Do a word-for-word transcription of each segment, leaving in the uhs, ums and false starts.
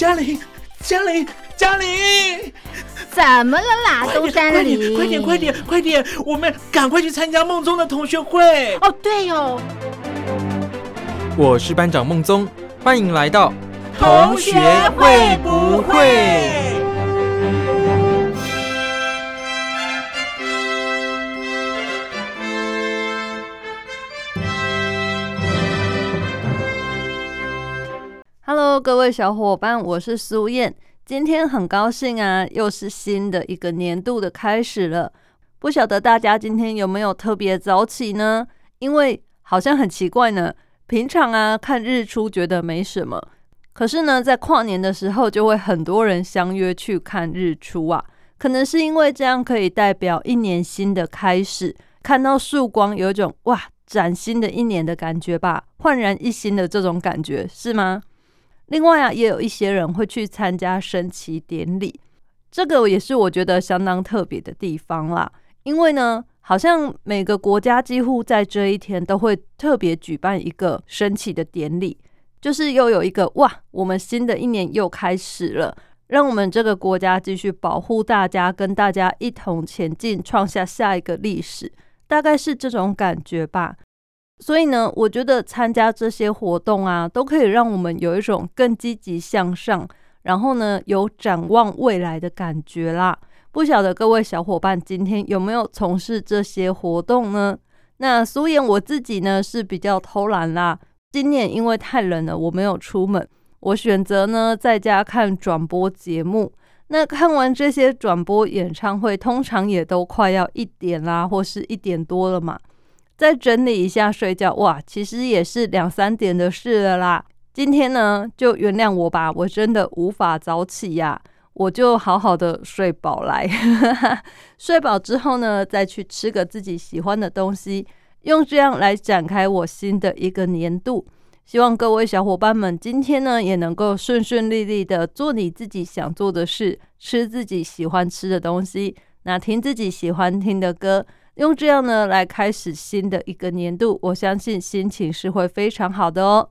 嘉玲，嘉玲，嘉玲， 怎么了啦，东山里？ 快点，快点，快点，我们赶快去参加梦中的同学会。 哦，对哦。 我是班长孟宗，欢迎来到同学会不会？ Hello， 各位小伙伴，我是苏燕。今天很高兴啊，又是新的一个年度的开始了。不晓得大家今天有没有特别早起呢？因为好像很奇怪呢，平常啊看日出觉得没什么，可是呢在跨年的时候就会很多人相约去看日出啊。可能是因为这样可以代表一年新的开始，看到曙光有一种哇崭新的一年的感觉吧，焕然一新的这种感觉，是吗？另外啊，也有一些人会去参加升旗典礼，这个也是我觉得相当特别的地方啦。因为呢，好像每个国家几乎在这一天都会特别举办一个升旗的典礼，就是又有一个哇，我们新的一年又开始了，让我们这个国家继续保护大家，跟大家一同前进，创下下一个历史，大概是这种感觉吧。所以呢，我觉得参加这些活动啊，都可以让我们有一种更积极向上，然后呢，有展望未来的感觉啦。不晓得各位小伙伴今天有没有从事这些活动呢？那苏妍我自己呢是比较偷懒啦，今年因为太冷了，我没有出门，我选择呢在家看转播节目。那看完这些转播演唱会，通常也都快要一点啦，或是一点多了嘛。再整理一下睡觉，哇，其实也是两三点的事了啦。今天呢，就原谅我吧，我真的无法早起呀、啊，我就好好的睡饱来。睡饱之后呢，再去吃个自己喜欢的东西，用这样来展开我新的一个年度。希望各位小伙伴们今天呢，也能够顺顺利利的做你自己想做的事，吃自己喜欢吃的东西，那听自己喜欢听的歌。用这样呢来开始新的一个年度，我相信心情是会非常好的哦。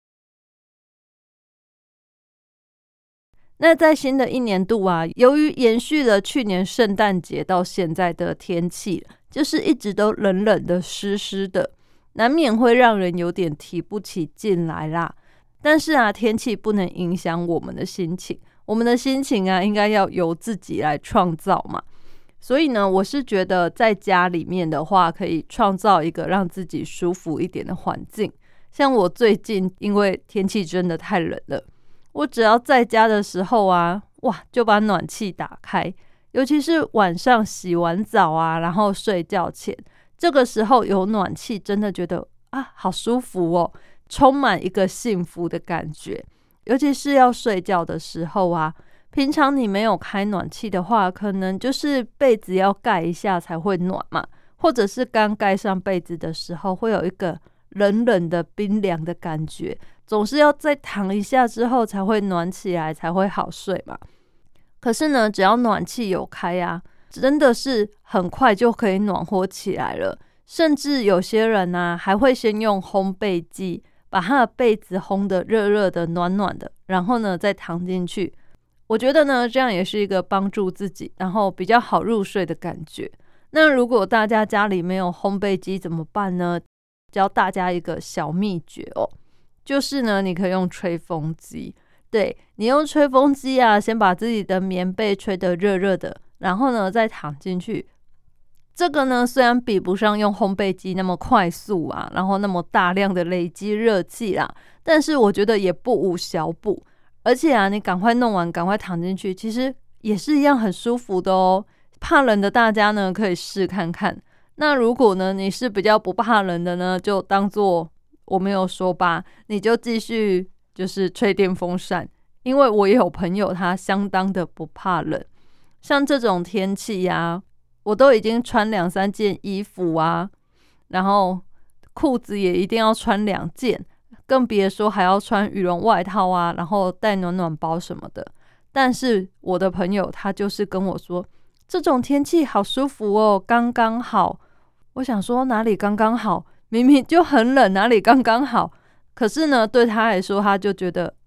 那在新的一年度啊，由于延续了去年圣诞节到现在的天气，就是一直都冷冷的湿湿的，难免会让人有点提不起劲来啦。但是啊，天气不能影响我们的心情，我们的心情啊应该要由自己来创造嘛。所以呢，我是觉得在家里面的话，可以创造一个让自己舒服一点的环境。像我最近因为天气真的太冷了，我只要在家的时候啊，哇，就把暖气打开，尤其是晚上洗完澡啊，然后睡觉前，这个时候有暖气，真的觉得啊，好舒服哦，充满一个幸福的感觉。尤其是要睡觉的时候啊，平常你没有开暖气的话，可能就是被子要盖一下才会暖嘛，或者是刚盖上被子的时候会有一个冷冷的冰凉的感觉，总是要再躺一下之后才会暖起来，才会好睡嘛。可是呢，只要暖气有开啊，真的是很快就可以暖和起来了。甚至有些人啊，还会先用烘焙机把他的被子烘得热热的、暖暖的，然后呢再躺进去。我觉得呢，这样也是一个帮助自己，然后比较好入睡的感觉。那如果大家家里没有烘焙机怎么办呢？教大家一个小秘诀哦，就是呢，你可以用吹风机。对，你用吹风机啊，先把自己的棉被吹得热热的，然后呢再躺进去。这个呢，虽然比不上用烘焙机那么快速啊，然后那么大量的累积热气啦，但是我觉得也不无小补。而且啊，你赶快弄完，赶快躺进去，其实也是一样很舒服的哦。怕冷的大家呢，可以试看看。那如果呢，你是比较不怕冷的呢，就当做我没有说吧，你就继续就是吹电风扇。因为我也有朋友，他相当的不怕冷，像这种天气啊，我都已经穿两三件衣服啊，然后裤子也一定要穿两件。更别说还要穿羽绒外套啊，然后带暖暖包什么的。但是我的朋友他就是跟我说，这种天气好舒服哦，刚刚好。我想说哪里刚刚好，明明就很冷，哪里刚刚好？可是呢，对他来说，他就觉得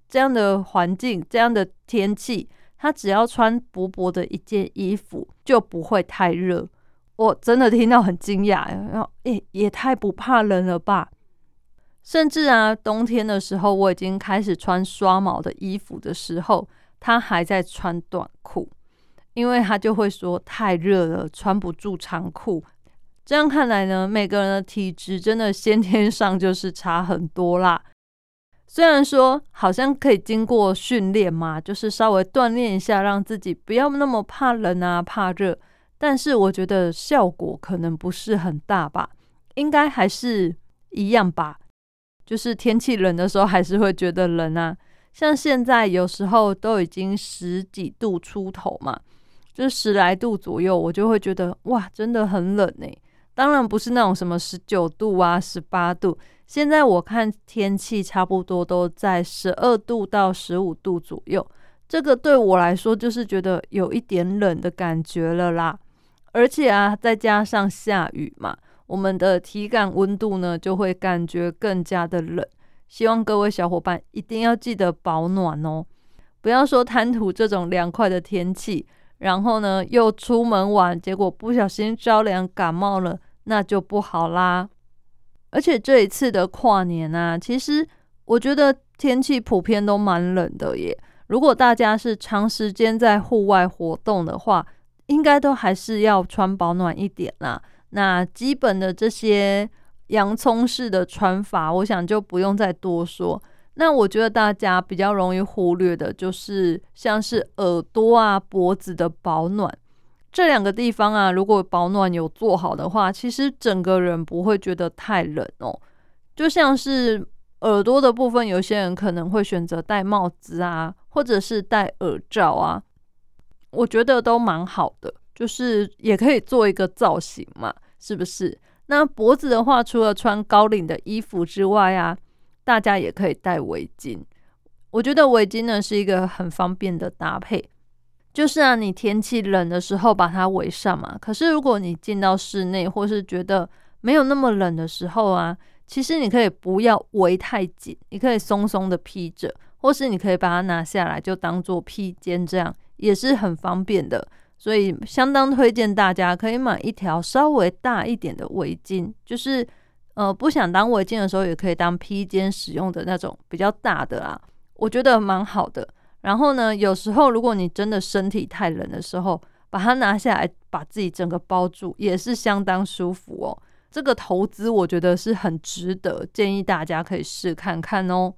这样的环境，这样的天气，他只要穿薄薄的一件衣服就不会太热。我真的听到很惊讶，欸，也太不怕冷了吧。甚至啊，冬天的时候我已经开始穿刷毛的衣服的时候，他还在穿短裤，因为他就会说太热了，穿不住长裤。这样看来呢，每个人的体质真的先天上就是差很多啦。虽然说好像可以经过训练嘛，就是稍微锻炼一下，让自己不要那么怕冷啊怕热，但是我觉得效果可能不是很大吧，应该还是一样吧，就是天气冷的时候还是会觉得冷啊。像现在有时候都已经十几度出头嘛，就是十来度左右，我就会觉得哇真的很冷欸。当然不是那种什么十九度啊十八度，现在我看天气差不多都在十二度到十五度左右，这个对我来说就是觉得有一点冷的感觉了啦。而且啊再加上下雨嘛，我们的体感温度呢就会感觉更加的冷。希望各位小伙伴一定要记得保暖哦，不要说贪图这种凉快的天气，然后呢又出门玩，结果不小心着凉感冒了，那就不好啦。而且这一次的跨年啊，其实我觉得天气普遍都蛮冷的耶。如果大家是长时间在户外活动的话，应该都还是要穿保暖一点啦。那基本的这些洋葱式的穿法，我想就不用再多说。那我觉得大家比较容易忽略的就是像是耳朵啊脖子的保暖，这两个地方啊如果保暖有做好的话，其实整个人不会觉得太冷哦。就像是耳朵的部分，有些人可能会选择戴帽子啊，或者是戴耳罩啊，我觉得都蛮好的，就是也可以做一个造型嘛，是不是？那脖子的话，除了穿高领的衣服之外啊，大家也可以戴围巾。我觉得围巾呢是一个很方便的搭配，就是啊，你天气冷的时候把它围上嘛。可是如果你进到室内，或是觉得没有那么冷的时候啊，其实你可以不要围太紧，你可以松松的披着，或是你可以把它拿下来，就当做披肩，这样也是很方便的。所以相当推荐大家可以买一条稍微大一点的围巾，就是呃不想当围巾的时候，也可以当披肩使用的那种比较大的啦，我觉得蛮好的。然后呢，有时候如果你真的身体太冷的时候，把它拿下来，把自己整个包住，也是相当舒服哦。这个投资我觉得是很值得，建议大家可以试看看哦。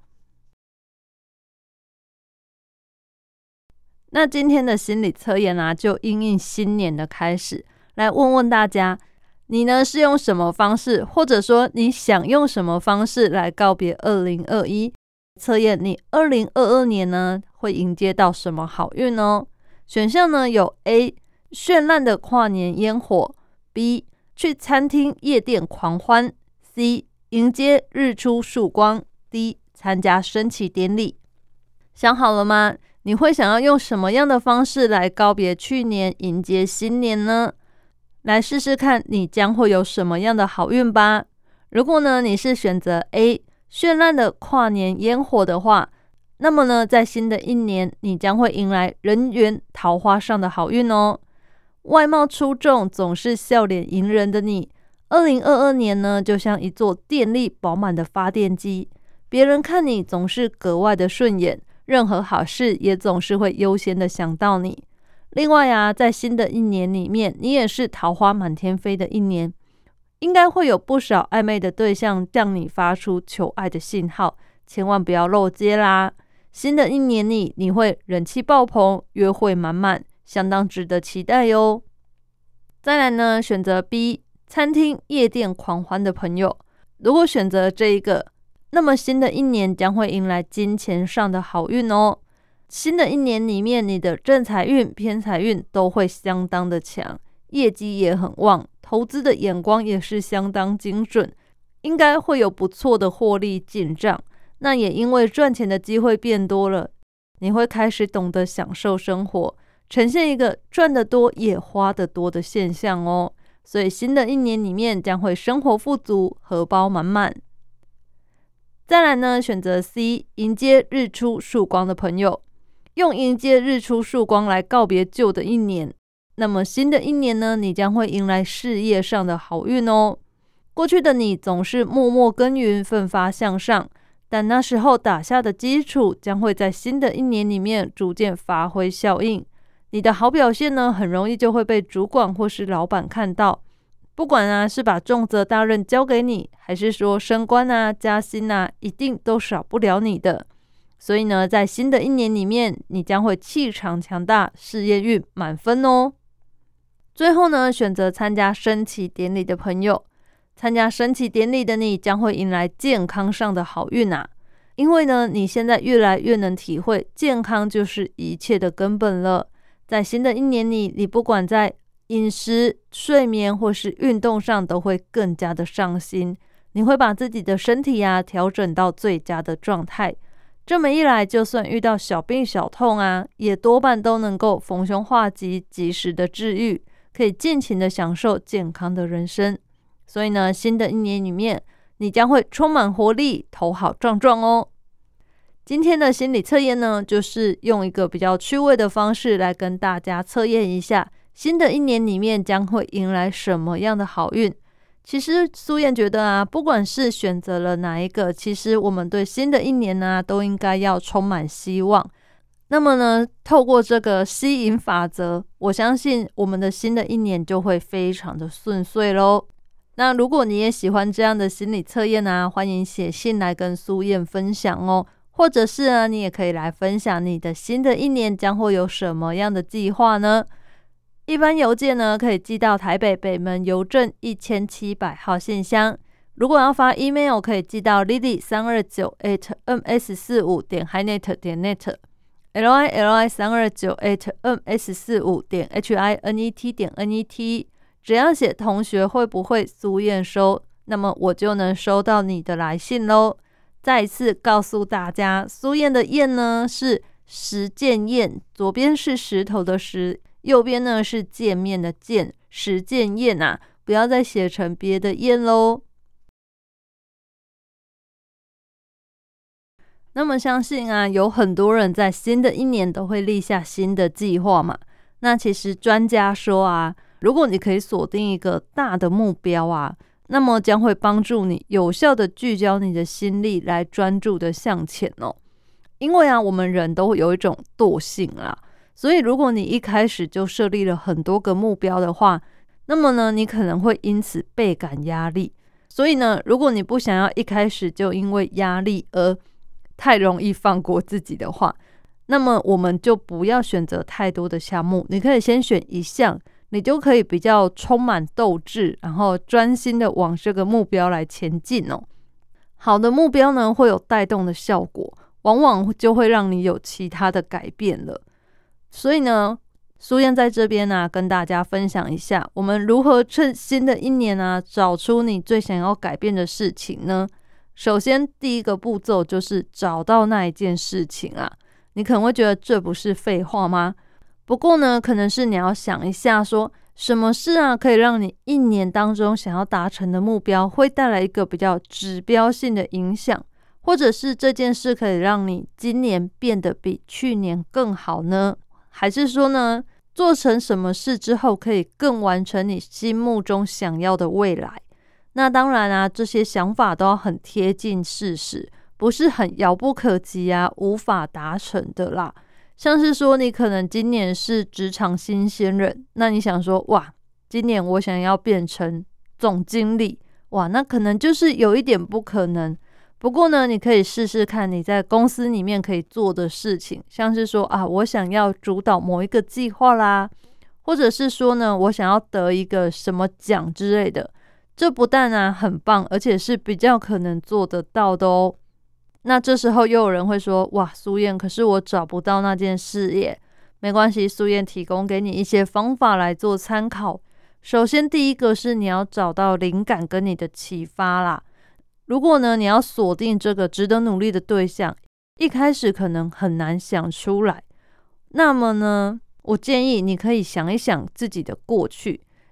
那今天的心理测验啊，就因应新年的开始，来问问大家，你呢是用什么方式，或者说你想用什么方式来告别二零二一？测验你二零二二年呢会迎接到什么好运哦？选项呢有 A 绚烂的跨年烟火， B 去餐厅夜店狂欢， C 迎接日出曙光， D 参加升旗典礼。想好了吗？你会想要用什么样的方式来告别去年，迎接新年呢？来试试看你将会有什么样的好运吧。如果呢你是选择 A 绚烂的跨年烟火的话，那么呢在新的一年你将会迎来人缘桃花上的好运哦。外貌出众，总是笑脸迎人的你，二零二二年呢就像一座电力饱满的发电机，别人看你总是格外的顺眼，任何好事也总是会优先的想到你。另外啊，在新的一年里面，你也是桃花满天飞的一年，应该会有不少暧昧的对象向你发出求爱的信号，千万不要漏接啦。新的一年里，你会人气爆棚，约会满满，相当值得期待哟。再来呢，选择 B 餐厅夜店狂欢的朋友，如果选择这一个，那么新的一年将会迎来金钱上的好运哦。新的一年里面，你的正财运、偏财运都会相当的强，业绩也很旺，投资的眼光也是相当精准，应该会有不错的获利进账。那也因为赚钱的机会变多了，你会开始懂得享受生活，呈现一个赚得多也花得多的现象哦。所以新的一年里面将会生活富足，荷包满满。 再来呢，选择 C， 迎接日出曙光的朋友，用迎接日出曙光来告别旧的一年。那么新的一年呢，你将会迎来事业上的好运哦。过去的你总是默默耕耘，奋发向上，但那时候打下的基础将会在新的一年里面逐渐发挥效应。你的好表现呢，很容易就会被主管或是老板看到。不管啊是把重责大任交给你，还是说升官啊加薪啊，一定都少不了你的。所以呢，在新的一年里面，你将会气场强大，事业运满分哦。最后呢，选择参加升旗典礼的朋友，参加升旗典礼的你将会迎来健康上的好运啊！因为呢，你现在越来越能体会，健康就是一切的根本了。在新的一年里，你不管在饮食、睡眠或是运动上，都会更加的上心。你会把自己的身体啊调整到最佳的状态。这么一来，就算遇到小病小痛啊，也多半都能够逢凶化吉，及时的治愈，可以尽情的享受健康的人生。所以呢，新的一年里面，你将会充满活力，头好壮壮哦。今天的心理测验呢，就是用一个比较趣味的方式来跟大家测验一下，新的一年里面将会迎来什么样的好运。其实苏燕觉得啊，不管是选择了哪一个，其实我们对新的一年呢、啊，都应该要充满希望。那么呢，透过这个吸引法则，我相信我们的新的一年就会非常的顺遂咯。那如果你也喜欢这样的心理测验啊，欢迎写信来跟苏燕分享哦。或者是啊，你也可以来分享你的新的一年将会有什么样的计划呢？一般邮件呢，可以寄到台北北门邮政一千七百号信箱。如果要发 email， 可以寄到 lily 三二九 at m s 四五点 hinet 点 net l i l i 三二九 at m s 四五点 h i n e t 点 n e t。只要写同学会不会苏燕收，那么我就能收到你的来信咯。再一次告诉大家，苏燕的燕呢是石见燕，左边是石头的石，右边呢是见面的见，石见燕啊，不要再写成别的燕咯。那么相信啊，有很多人在新的一年都会立下新的计划嘛。那其实专家说啊，如果你可以锁定一个大的目标啊，那么将会帮助你有效的聚焦你的心力，来专注的向前哦。因为啊，我们人都有一种惰性啦，所以如果你一开始就设立了很多个目标的话，那么呢，你可能会因此倍感压力。所以呢，如果你不想要一开始就因为压力而太容易放过自己的话，那么我们就不要选择太多的项目，你可以先选一项，你就可以比较充满斗志，然后专心的往这个目标来前进哦。好的目标呢，会有带动的效果，往往就会让你有其他的改变了。所以呢，苏燕在这边啊，跟大家分享一下，我们如何趁新的一年啊，找出你最想要改变的事情呢？首先，第一个步骤就是找到那一件事情啊。你可能会觉得这不是废话吗？不过呢，可能是你要想一下说，什么事啊可以让你一年当中想要达成的目标会带来一个比较指标性的影响，或者是这件事可以让你今年变得比去年更好呢？还是说呢，做成什么事之后可以更完成你心目中想要的未来？那当然啊，这些想法都要很贴近事实，不是很遥不可及啊，无法达成的啦。像是说你可能今年是职场新鲜人，那你想说哇，今年我想要变成总经理，哇，那可能就是有一点不可能。不过呢，你可以试试看你在公司里面可以做的事情，像是说啊，我想要主导某一个计划啦，或者是说呢，我想要得一个什么奖之类的。这不但啊很棒，而且是比较可能做得到的哦。那这时候又有人会说，哇，苏燕，可是我找不到那件事耶。没关系，苏燕提供给你一些方法来做参考。首先第一个是你要找到灵感跟你的启发啦。如果呢你要锁定这个值得努力的对象，一开始可能很难想出来，那么呢我建议你可以想一想自己的过去，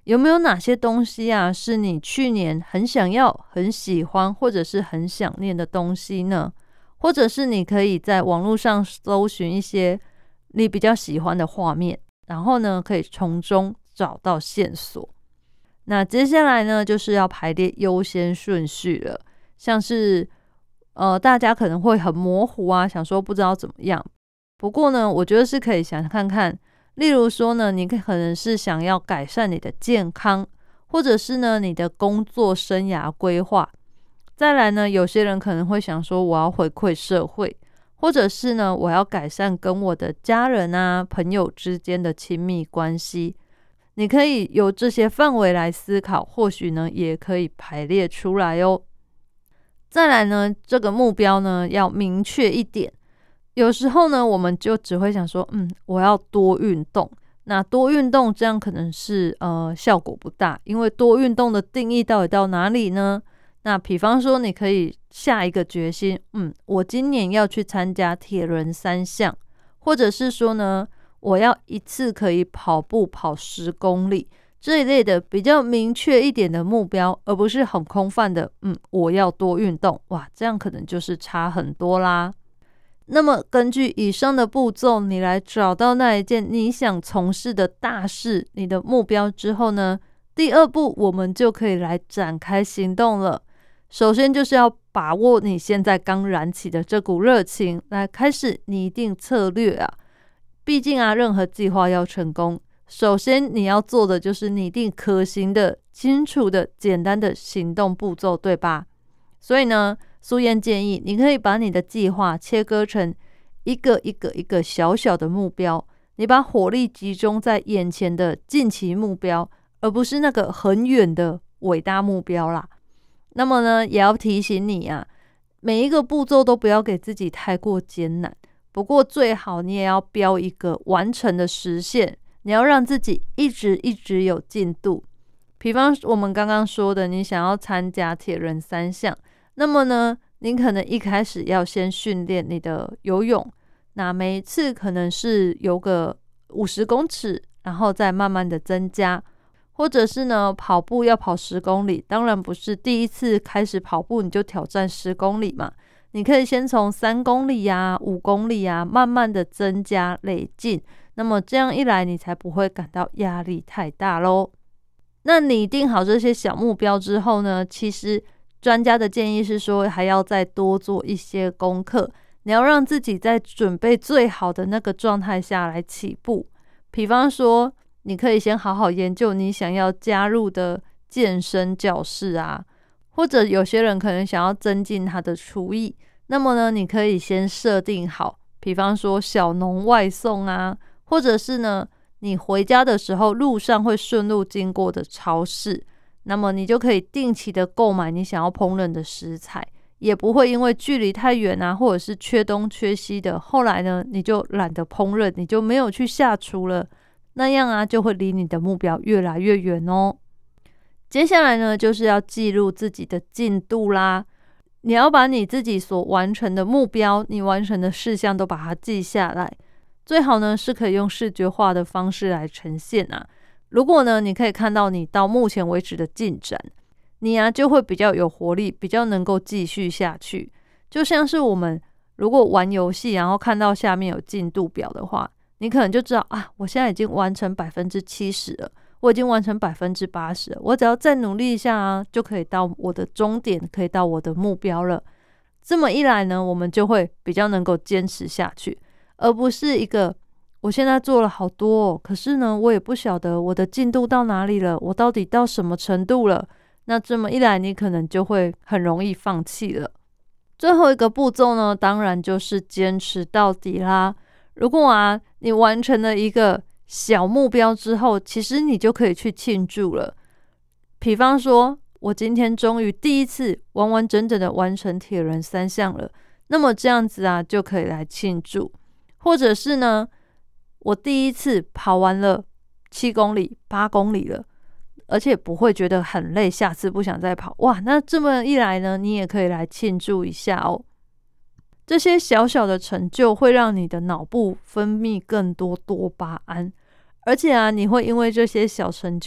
有没有哪些东西啊，是你去年很想要、很喜欢，或者是很想念的东西呢？或者是你可以在网络上搜寻一些你比较喜欢的画面，然后呢，可以从中找到线索。那接下来呢，就是要排列优先顺序了。像是呃，大家可能会很模糊啊，想说不知道怎么样。不过呢，我觉得是可以想看看，例如说呢，你可能是想要改善你的健康，或者是呢你的工作生涯规划。再来呢，有些人可能会想说，我要回馈社会，或者是呢，我要改善跟我的家人啊、朋友之间的亲密关系。你可以由这些范围来思考，或许呢，也可以排列出来哦。再来呢，这个目标呢要明确一点。有时候呢，我们就只会想说，嗯，我要多运动。那多运动这样可能是呃效果不大，因为多运动的定义到底到哪里呢？那比方说，你可以下一个决心，嗯，我今年要去参加铁人三项，或者是说呢，我要一次可以跑步跑十公里这一类的比较明确一点的目标，而不是很空泛的，嗯，我要多运动，哇，这样可能就是差很多啦。那么根据以上的步骤，你来找到那一件你想从事的大事，你的目标之后呢，第二步我们就可以来展开行动了。首先就是要把握你现在刚燃起的这股热情，来开始拟定策略啊。毕竟啊，任何计划要成功，首先你要做的就是拟定可行的、清楚的、简单的行动步骤，对吧？所以呢，苏燕建议你可以把你的计划切割成一个一个一个小小的目标，你把火力集中在眼前的近期目标，而不是那个很远的伟大目标啦。那么呢，也要提醒你啊，每一个步骤都不要给自己太过艰难，不过最好你也要标一个完成的时限，你要让自己一直一直有进度。比方我们刚刚说的，你想要参加铁人三项，那么呢，你可能一开始要先训练你的游泳，那每一次可能是游个五十公尺，然后再慢慢的增加。或者是呢，跑步要跑十公里，当然不是第一次开始跑步你就挑战十公里嘛，你可以先从三公里啊、五公里啊，慢慢的增加累进，那么这样一来，你才不会感到压力太大咯。那你定好这些小目标之后呢，其实专家的建议是说，还要再多做一些功课，你要让自己在准备最好的那个状态下来起步。比方说，你可以先好好研究你想要加入的健身教室啊，或者有些人可能想要增进他的厨艺，那么呢，你可以先设定好，比方说小农外送啊，或者是呢，你回家的时候路上会顺路经过的超市，那么你就可以定期的购买你想要烹饪的食材，也不会因为距离太远啊，或者是缺东缺西的，后来呢，你就懒得烹饪，你就没有去下厨了。那样啊，就会离你的目标越来越远哦。接下来呢，就是要记录自己的进度啦。你要把你自己所完成的目标，你完成的事项都把它记下来。最好呢，是可以用视觉化的方式来呈现啊。如果呢，你可以看到你到目前为止的进展，你啊就会比较有活力，比较能够继续下去。就像是我们如果玩游戏，然后看到下面有进度表的话，你可能就知道啊，我现在已经完成百分之七十了，我已经完成百分之八十了，我只要再努力一下啊，就可以到我的终点，可以到我的目标了。这么一来呢，我们就会比较能够坚持下去，而不是一个我现在做了好多哦，可是呢，我也不晓得我的进度到哪里了，我到底到什么程度了。那这么一来，你可能就会很容易放弃了。最后一个步骤呢，当然就是坚持到底啦。如果啊，你完成了一个小目标之后，其实你就可以去庆祝了。比方说，我今天终于第一次完完整整的完成铁人三项了，那么这样子啊，就可以来庆祝。或者是呢，我第一次跑完了七公里、八公里了，而且不会觉得很累，下次不想再跑。哇，那这么一来呢，你也可以来庆祝一下哦。这些小小的成就会让你的脑部分泌更多多巴胺，而且啊，你会因为这些小成就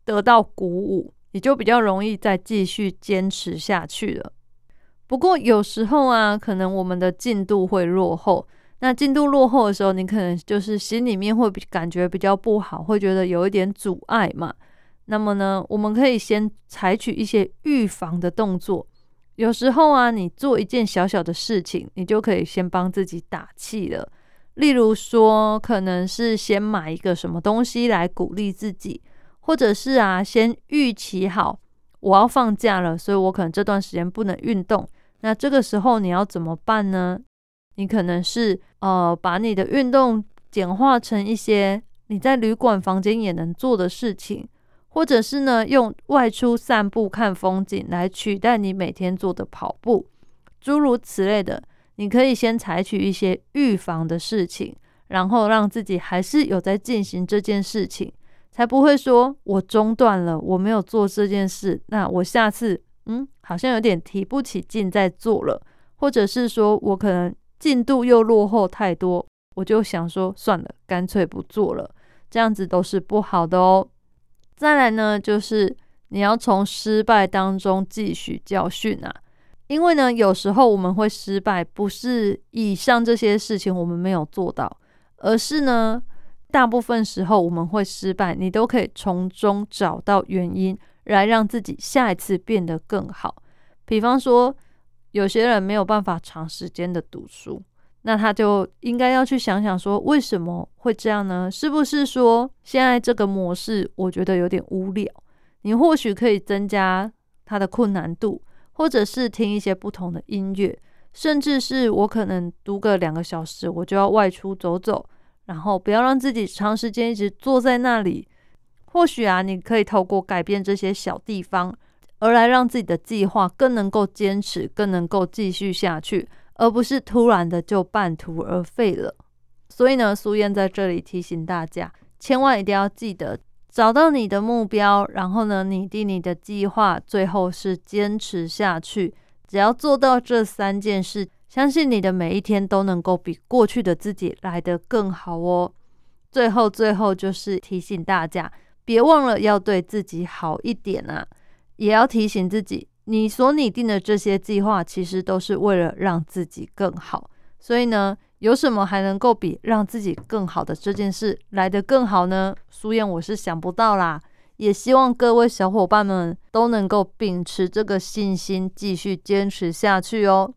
得到鼓舞，你就比较容易再继续坚持下去了。不过有时候啊，可能我们的进度会落后，那进度落后的时候，你可能就是心里面会感觉比较不好，会觉得有一点阻碍嘛。那么呢，我们可以先采取一些预防的动作。有时候啊，你做一件小小的事情，你就可以先帮自己打气了。例如说，可能是先买一个什么东西来鼓励自己，或者是啊，先预期好我要放假了，所以我可能这段时间不能运动。那这个时候你要怎么办呢？你可能是呃，把你的运动简化成一些你在旅馆房间也能做的事情，或者是呢，用外出散步看风景来取代你每天做的跑步，诸如此类的。你可以先采取一些预防的事情，然后让自己还是有在进行这件事情，才不会说我中断了，我没有做这件事，那我下次嗯好像有点提不起劲再做了，或者是说我可能进度又落后太多，我就想说算了，干脆不做了，这样子都是不好的哦。再来呢，就是你要从失败当中汲取教训啊。因为呢，有时候我们会失败，不是以上这些事情我们没有做到，而是呢，大部分时候我们会失败，你都可以从中找到原因，来让自己下一次变得更好。比方说，有些人没有办法长时间的读书，那他就应该要去想想说，为什么会这样呢？是不是说现在这个模式我觉得有点无聊？你或许可以增加它的困难度，或者是听一些不同的音乐，甚至是我可能读个两个小时，我就要外出走走，然后不要让自己长时间一直坐在那里。或许啊，你可以透过改变这些小地方，而来让自己的计划更能够坚持，更能够继续下去，而不是突然的就半途而废了。所以呢，苏燕在这里提醒大家，千万一定要记得找到你的目标，然后呢，拟定你的计划，最后是坚持下去。只要做到这三件事，相信你的每一天都能够比过去的自己来得更好哦。最后最后就是提醒大家，别忘了要对自己好一点啊，也要提醒自己，你所拟定的这些计划其实都是为了让自己更好。所以呢，有什么还能够比让自己更好的这件事来得更好呢？苏燕我是想不到啦，也希望各位小伙伴们都能够秉持这个信心，继续坚持下去哦。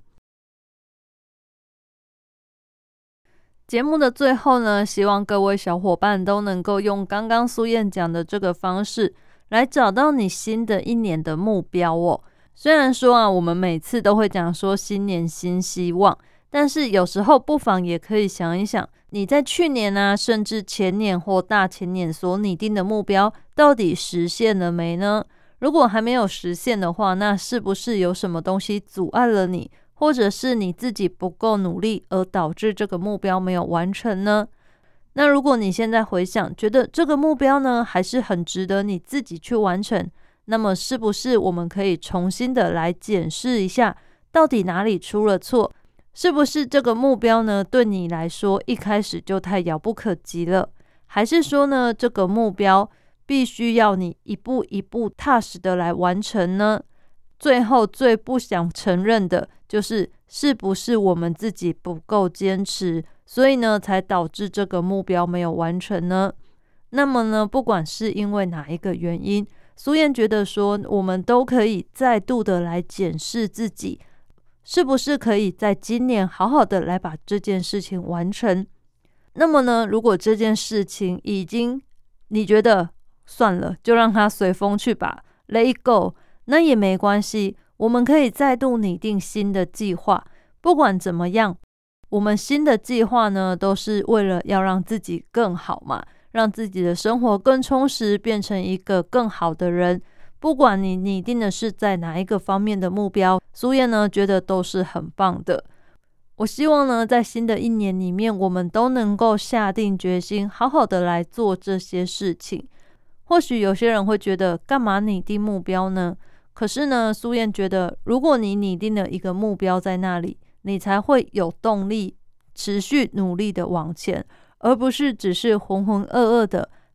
节目的最后呢，希望各位小伙伴都能够用刚刚苏燕讲的这个方式，来找到你新的一年的目标哦。虽然说啊，我们每次都会讲说新年新希望，但是有时候不妨也可以想一想，你在去年啊，甚至前年或大前年所拟定的目标，到底实现了没呢？如果还没有实现的话，那是不是有什么东西阻碍了你，或者是你自己不够努力，而导致这个目标没有完成呢？那如果你现在回想，觉得这个目标呢，还是很值得你自己去完成，那么是不是我们可以重新的来检视一下，到底哪里出了错？是不是这个目标呢，对你来说一开始就太遥不可及了？还是说呢，这个目标必须要你一步一步踏实的来完成呢？最后最不想承认的就是，是不是我们自己不够坚持，所以呢，才导致这个目标没有完成呢？那么呢，不管是因为哪一个原因，苏燕觉得说，我们都可以再度的来检视自己，是不是可以在今年好好的来把这件事情完成。那么呢，如果这件事情已经你觉得算了，就让它随风去吧， let it go， 那也没关系，我们可以再度拟定新的计划。不管怎么样，我们新的计划呢，都是为了要让自己更好嘛，让自己的生活更充实，变成一个更好的人。不管你拟定的是在哪一个方面的目标，苏燕呢觉得都是很棒的。我希望呢，在新的一年里面，我们都能够下定决心，好好的来做这些事情。或许有些人会觉得，干嘛拟定目标呢？可是呢，苏燕觉得，如果你拟定了一个目标在那里，你才会有动力持续努力的往前，而不是只是浑浑噩噩的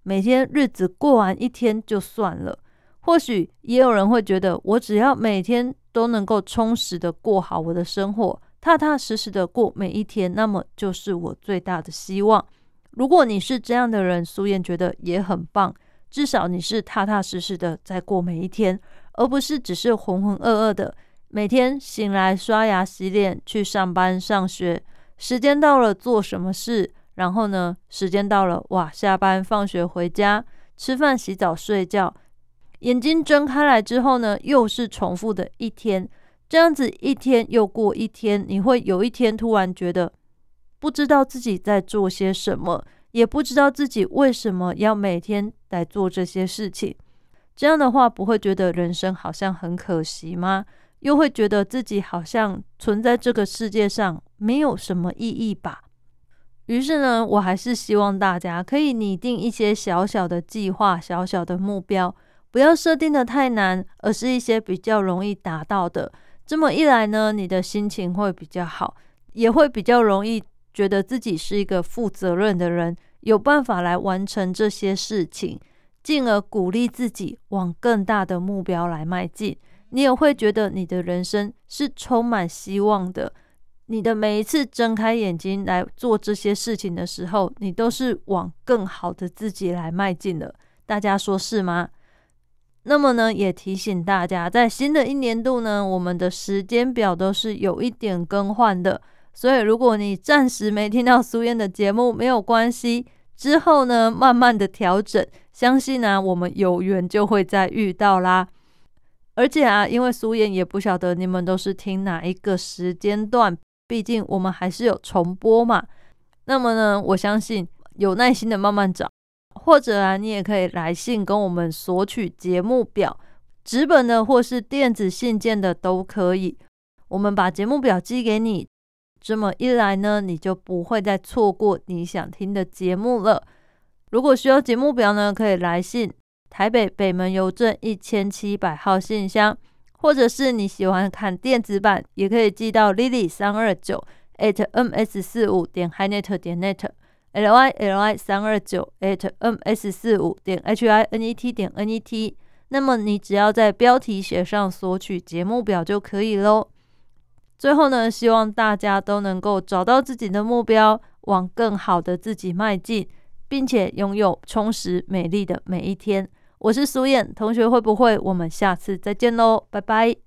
每天日子过完一天就算了。或许也有人会觉得，我只要每天都能够充实的过好我的生活，踏踏实实的过每一天，那么就是我最大的希望。如果你是这样的人，苏燕觉得也很棒，至少你是踏踏实实的在过每一天，而不是只是浑浑噩噩的每天醒来刷牙洗脸去上班上学，时间到了做什么事，然后呢时间到了哇下班放学回家吃饭洗澡睡觉，眼睛睁开来之后呢又是重复的一天，这样子一天又过一天，你会有一天突然觉得不知道自己在做些什么，也不知道自己为什么要每天来做这些事情。这样的话不会觉得人生好像很可惜吗？又会觉得自己好像存在这个世界上没有什么意义吧。于是呢，我还是希望大家可以拟定一些小小的计划，小小的目标，不要设定的太难，而是一些比较容易达到的。这么一来呢，你的心情会比较好，也会比较容易觉得自己是一个负责任的人，有办法来完成这些事情，进而鼓励自己往更大的目标来迈进。你也会觉得你的人生是充满希望的，你的每一次睁开眼睛来做这些事情的时候，你都是往更好的自己来迈进的。大家说是吗？那么呢，也提醒大家，在新的一年度呢，我们的时间表都是有一点更换的，所以如果你暂时没听到苏燕的节目，没有关系，之后呢慢慢的调整，相信啊我们有缘就会再遇到啦。而且啊，因为苏燕也不晓得你们都是听哪一个时间段，毕竟我们还是有重播嘛。那么呢，我相信有耐心的慢慢找，或者啊，你也可以来信跟我们索取节目表，纸本的或是电子信件的都可以。我们把节目表寄给你，这么一来呢，你就不会再错过你想听的节目了。如果需要节目表呢，可以来信台北北门邮政一千七百号信箱，或者是你喜欢看电子版，也可以寄到 lily 三二九 at m s 四五 点 hinet 点 net l y l y 三二九 at m s 四五 点 h i n e t 点 n e t。 那么你只要在标题写上索取节目表就可以咯。最后呢，希望大家都能够找到自己的目标，往更好的自己迈进，并且拥有充实美丽的每一天。我是苏燕，同学会不会？我们下次再见咯，拜拜。